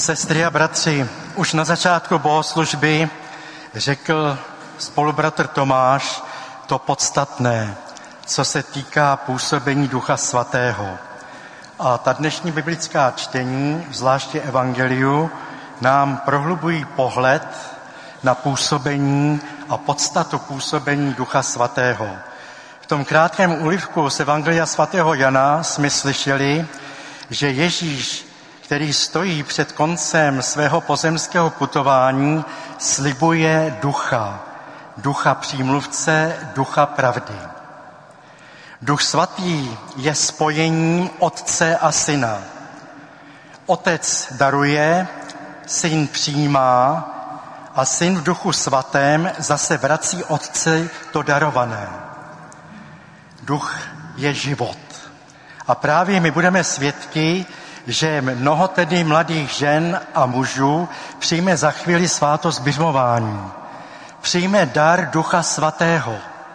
Sestry a bratři, už na začátku bohoslužby řekl spolubratr Tomáš to podstatné, co se týká působení Ducha Svatého. A ta dnešní biblická čtení, zvláště Evangeliu, nám prohlubují pohled na působení a podstatu působení Ducha Svatého. V tom krátkém úryvku z Evangelia svatého Jana jsme slyšeli, že Ježíš, který stojí před koncem svého pozemského putování, slibuje ducha přímluvce, ducha pravdy. Duch svatý je spojením Otce a Syna. Otec daruje, Syn přijímá a Syn v Duchu svatém zase vrací Otci to darované. Duch je život. A právě my budeme svědky, že mnoho tedy mladých žen a mužů přijme za chvíli svátost biřmování. Přijme dar Ducha Svatého.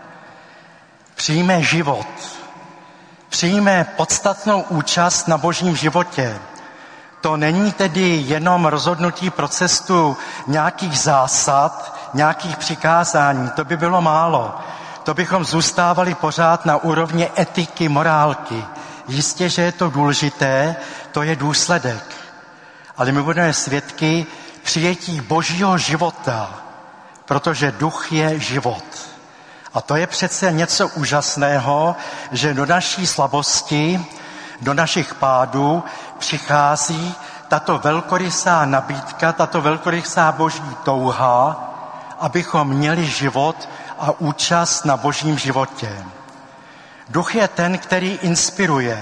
Přijme život. Přijme podstatnou účast na božím životě. To není tedy jenom rozhodnutí pro cestu nějakých zásad, nějakých přikázání. To by bylo málo. To bychom zůstávali pořád na úrovni etiky, morálky. Jistě, že je to důležité, to je důsledek. Ale my budeme svědky přijetí božího života, protože duch je život. A to je přece něco úžasného, že do naší slabosti, do našich pádů přichází tato velkorysá nabídka, tato velkorysá boží touha, abychom měli život a účast na božím životě. Duch je ten, který inspiruje.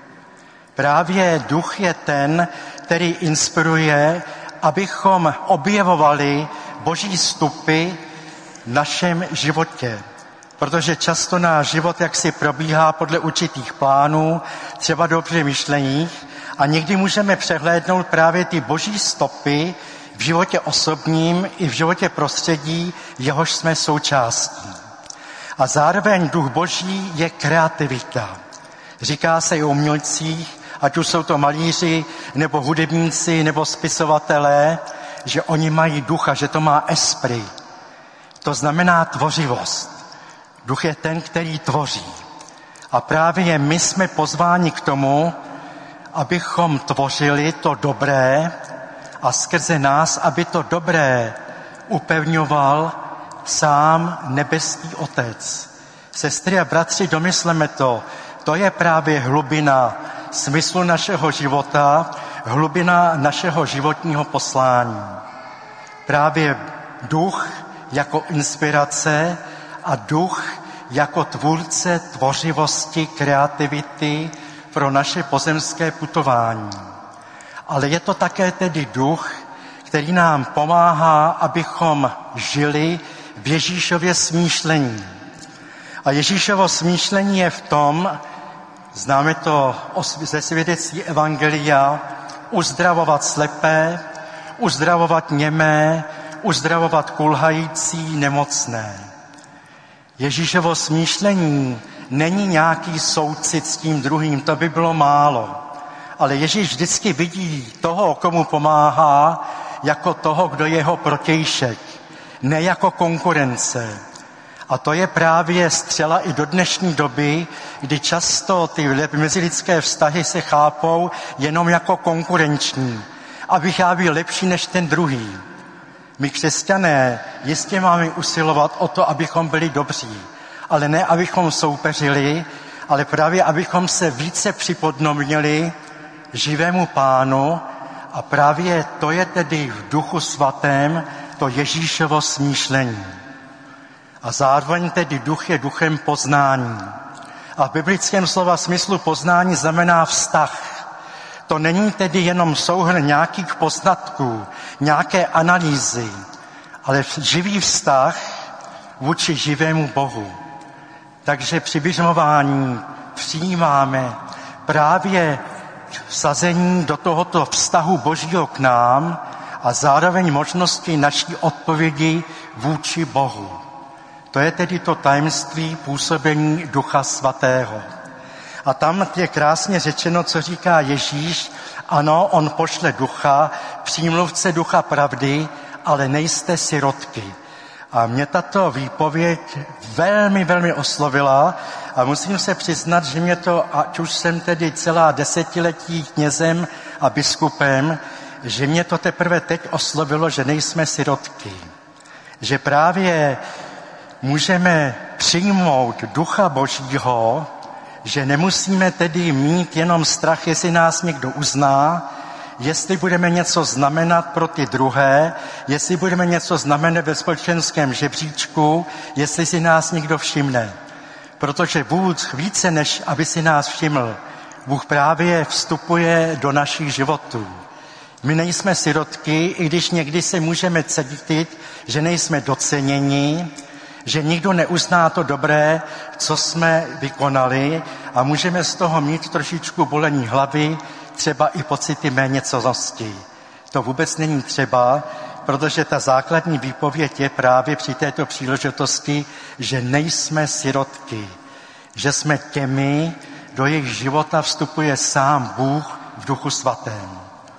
Právě duch je ten, který inspiruje, abychom objevovali boží stopy v našem životě. Protože často náš život jaksi probíhá podle určitých plánů, třeba dobře myšleních, a někdy můžeme přehlédnout právě ty boží stopy v životě osobním i v životě prostředí, jehož jsme součástí. A zároveň duch boží je kreativita. Říká se i o umělcích, ať už jsou to malíři, nebo hudebníci, nebo spisovatelé, že oni mají ducha, že to má esprit. To znamená tvořivost. Duch je ten, který tvoří. A právě my jsme pozváni k tomu, abychom tvořili to dobré a skrze nás, aby to dobré upevňoval sám nebeský Otec. Sestry a bratři, domysleme to. To je právě hlubina smyslu našeho života, hlubina našeho životního poslání. Právě duch jako inspirace a duch jako tvůrce tvořivosti, kreativity pro naše pozemské putování. Ale je to také tedy duch, který nám pomáhá, abychom žili v Ježíšově smýšlení. A Ježíšovo smýšlení je v tom, známe to ze svědectví Evangelia, uzdravovat slepé, uzdravovat němé, uzdravovat kulhající, nemocné. Ježíšovo smýšlení není nějaký soucit s tím druhým, to by bylo málo. Ale Ježíš vždycky vidí toho, komu pomáhá, jako toho, kdo je jeho protějšek, ne jako konkurence. A to je právě střela i do dnešní doby, kdy často ty mezilidské vztahy se chápou jenom jako konkurenční, abych já byl lepší než ten druhý. My křesťané jistě máme usilovat o to, abychom byli dobří, ale ne abychom soupeřili, ale právě abychom se více připodobnili živému Pánu, a právě to je tedy v Duchu svatém to Ježíšovo smýšlení. A zároveň tedy duch je duchem poznání. A v biblickém slova smyslu poznání znamená vztah. To není tedy jenom souhrn nějakých poznatků, nějaké analýzy, ale živý vztah vůči živému Bohu. Takže při biřmování přijímáme právě vsazení do tohoto vztahu Božího k nám a zároveň možnosti naší odpovědi vůči Bohu. To je tedy to tajemství působení Ducha Svatého. A tam je krásně řečeno, co říká Ježíš, Ano, on pošle ducha, přímluvce ducha pravdy, ale nejste sirotky. A mě tato výpověď velmi, velmi oslovila a musím se přiznat, že mě to, ať už jsem tedy celá desetiletí knězem a biskupem, že mě to teprve teď oslovilo, že nejsme sirotky. Že právě můžeme přijmout ducha Božího, že nemusíme tedy mít jenom strach, jestli nás někdo uzná, jestli budeme něco znamenat pro ty druhé, jestli budeme něco znamenat ve společenském žebříčku, jestli si nás někdo všimne. Protože Bůh více, než aby si nás všiml, Bůh právě vstupuje do našich životů. My nejsme sirotky, i když někdy se můžeme cítit, že nejsme doceněni, že nikdo neuzná to dobré, co jsme vykonali a můžeme z toho mít trošičku bolení hlavy, třeba i pocity méněcennosti. To vůbec není třeba, protože ta základní výpověď je právě při této příležitosti, že nejsme sirotky, že jsme těmi, do jejich života vstupuje sám Bůh v Duchu Svatém.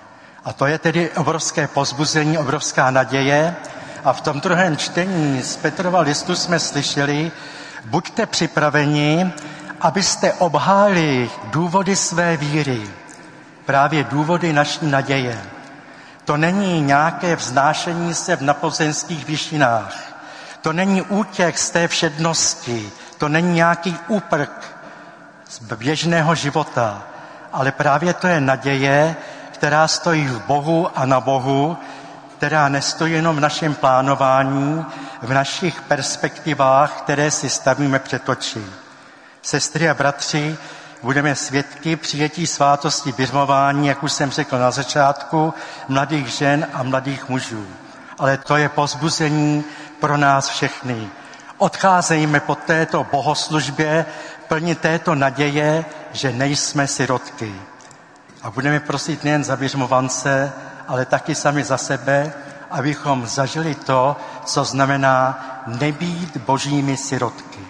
A to je tedy obrovské povzbuzení, obrovská naděje. A v tom druhém čtení z Petrova listu jsme slyšeli, buďte připraveni, abyste obhájili důvody své víry, právě důvody naší naděje. To není nějaké vznášení se v napozemských výšinách, to není útěk z té všednosti, to není nějaký úprk z běžného života, ale právě to je naděje, která stojí v Bohu a na Bohu, která nestojí jenom v našem plánování, v našich perspektivách, které si stavíme před oči. Sestry a bratři, budeme svědky přijetí svátosti biřmování, jak už jsem řekl na začátku, mladých žen a mladých mužů. Ale to je povzbuzení pro nás všechny. Odcházejme po této bohoslužbě plni této naděje, že nejsme sirotky. A budeme prosit nejen za biřmovance, ale taky sami za sebe, abychom zažili to, co znamená nebýt božími sirotky.